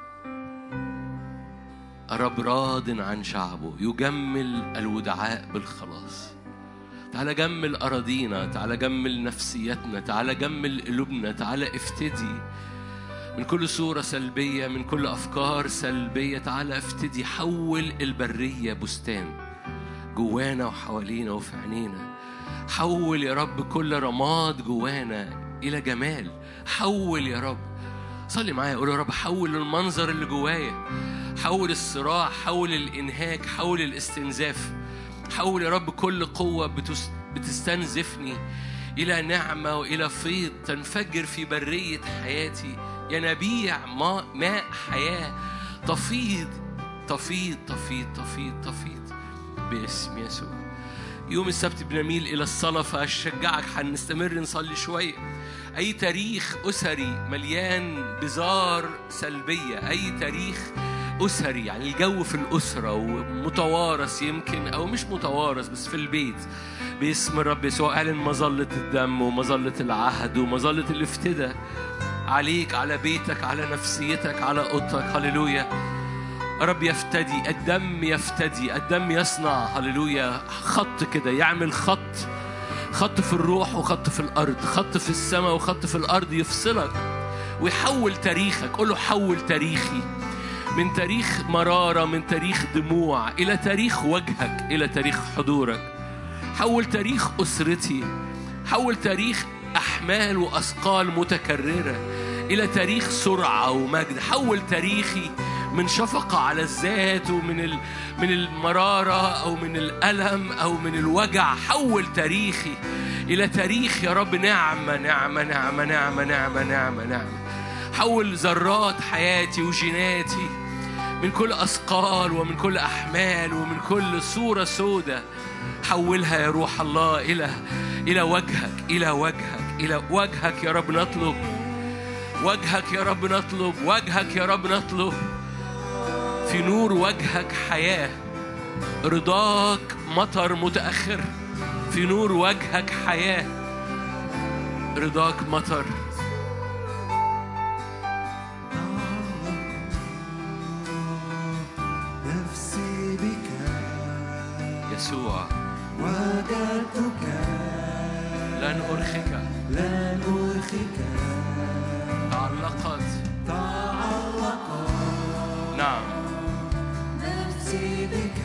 الرب راض عن شعبه، يجمل الودعاء بالخلاص. تعال جمل أراضينا، تعال جمل نفسيتنا، تعال جمل قلوبنا، تعال افتدي من كل صورة سلبية، من كل أفكار سلبية. تعال افتدي، حول البرية بستان جوانا وحوالينا وفي عينينا. حول يا رب كل رماد جوانا إلى جمال. حول يا رب، صلي معايا، قول يا رب حول المنظر اللي جوايا، حول الصراع، حول الإنهاك، حول الاستنزاف. حول يا رب كل قوة بتستنزفني إلى نعمة وإلى فيض تنفجر في برية حياتي. ينابيع ماء حياة تفيض تفيض تفيض تفيض تفيض باسم يسوع. يوم السبت بنميل إلى الصلاة، فأشجعك هنستمر نصلي شوية. أي تاريخ أسري مليان بزار سلبية، أي تاريخ أسري يعني الجو في الأسرة ومتوارث يمكن أو مش متوارث بس في البيت، باسم الرب يسوع أعلن مظلة الدم ومظلة العهد ومظلة الافتداء عليك، على بيتك، على نفسيتك، على أوضتك. هللويا. رب يفتدي، الدم يفتدي، الدم يصنع هللويا خط كده، يعمل خط في الروح وخط في الأرض، خط في السماء وخط في الأرض، يفصلك ويحول تاريخك. قل له حول تاريخي من تاريخ مرارة، من تاريخ دموع إلى تاريخ وجهك، إلى تاريخ حضورك. حول تاريخ أسرتي، حول تاريخ أحمال وأثقال متكررة إلى تاريخ سرعة ومجد. حول تاريخي من شفقة على الذات ومن من المرارة أو من الألم أو من الوجع. حول تاريخي إلى تاريخ يا رب نعمة نعمة نعمة نعمة نعمة نعمة نعمة. حول ذرات حياتي وجيناتي من كل أثقال ومن كل أحمال ومن كل صورة سودة. حولها يا روح الله إلى وجهك، إلى وجهك، إلى وجهك يا رب نطلب، وجهك يا رب نطلب، وجهك يا رب نطلب. في نور وجهك حياة، رضاك مطر متأخر. في نور وجهك حياة، رضاك مطر. يسوع وجدتك لن أرخك لن أرخك تعلقت نعم نفسي بك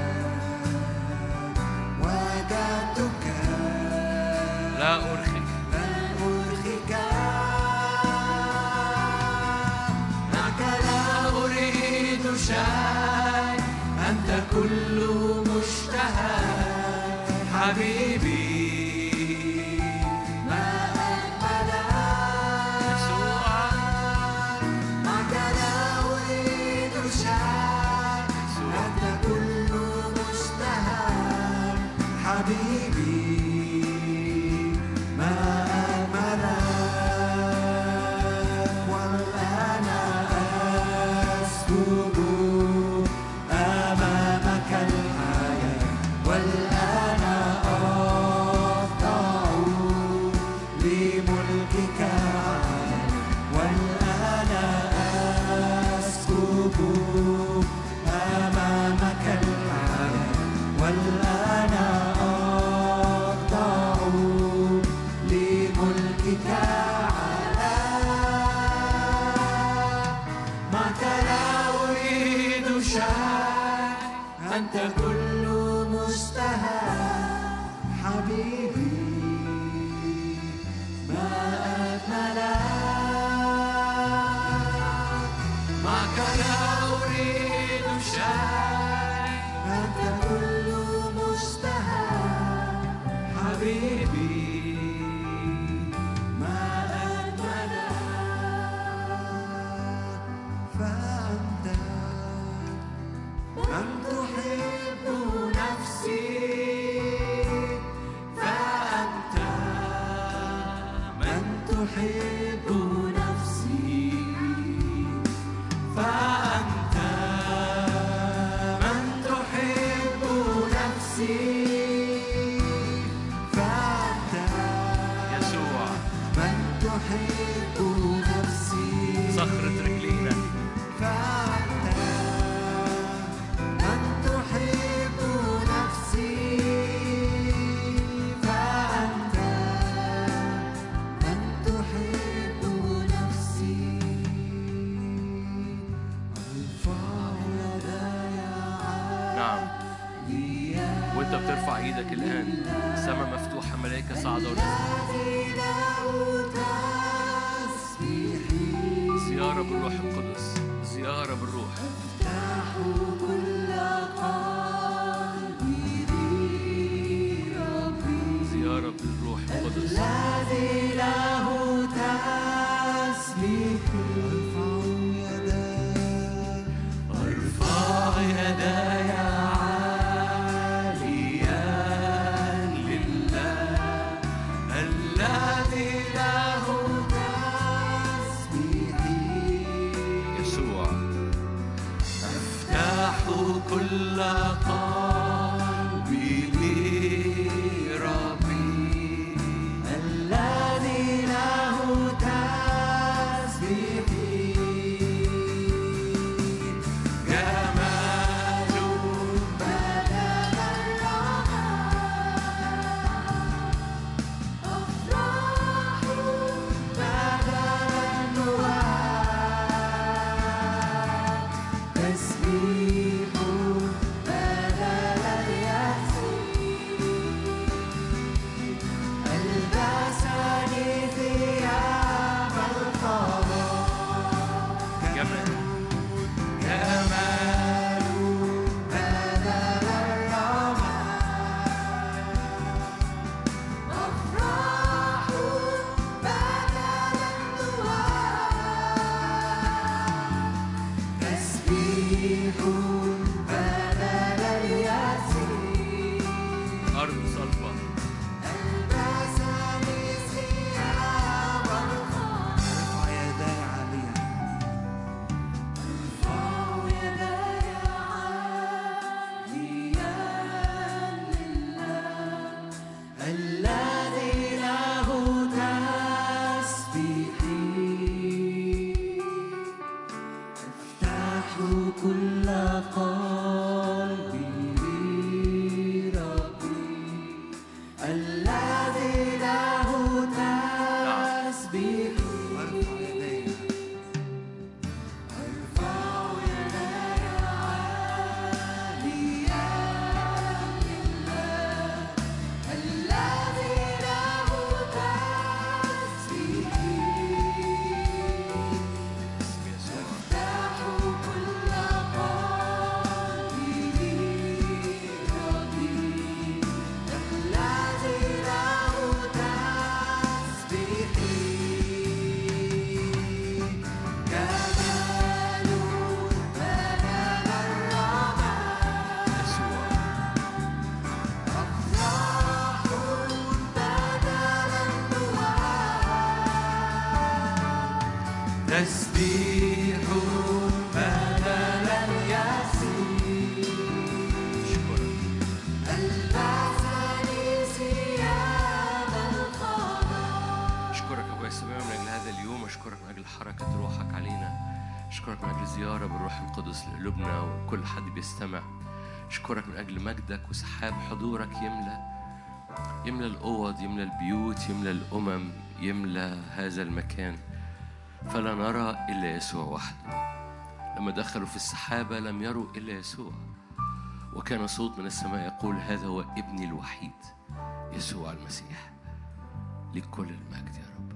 وجدتك لا أرخك لن أرخك معك لا أريد شيء أنت كل مشتهى حبيبي أنت كل مشتهى حبيبي ما أجملك معك لا أريد شيء أنت كل مشتهى حبيبي ما أجملك فأنت من تحب نفسي فأنت من تحب نفسي فأنت من تحب نفسي فأنت يسوع من تحب نفسي صخرة رجلينا فأنت من تحب نفسي فأنت من تحب نفسي أرفع يداي نعم وانت بترفع ايدك الآن السماء مفتوحة ملائكة صاعدة ونازلة زيارة بالروح القدس زيارة بالروح افتح كل قلبي بربي زيارة بالروح القدس الذي له تسبيحي أرفع يداي عاليا لله الذي له تسبيحي يسوع أفتح كل قلبي لربي الذي له تسبيحي جمال بدل الرحى أفراح بدل النواه تسبيح بدل اليأس ألبسني ثياب القضاء جمال جمال بدل الرمى أفراح بدل النواه تسبيح بدل اليأس أرض صلبة ألبسني ثياب القضاء ارفع يداي عاليا ارفع يداي عاليا لله الذي له تسبيحي افتح كل قلبي إشارة بالروح القدس لقلوبنا وكل حد بيستمع. أشكرك من أجل مجدك وسحاب حضورك يملى الأوض، يملى البيوت، يملى الأمم، يملى هذا المكان، فلا نرى إلا يسوع وحده. لما دخلوا في السحابة لم يروا إلا يسوع، وكان صوت من السماء يقول هذا هو ابني الوحيد يسوع المسيح. لكل المجد يا رب.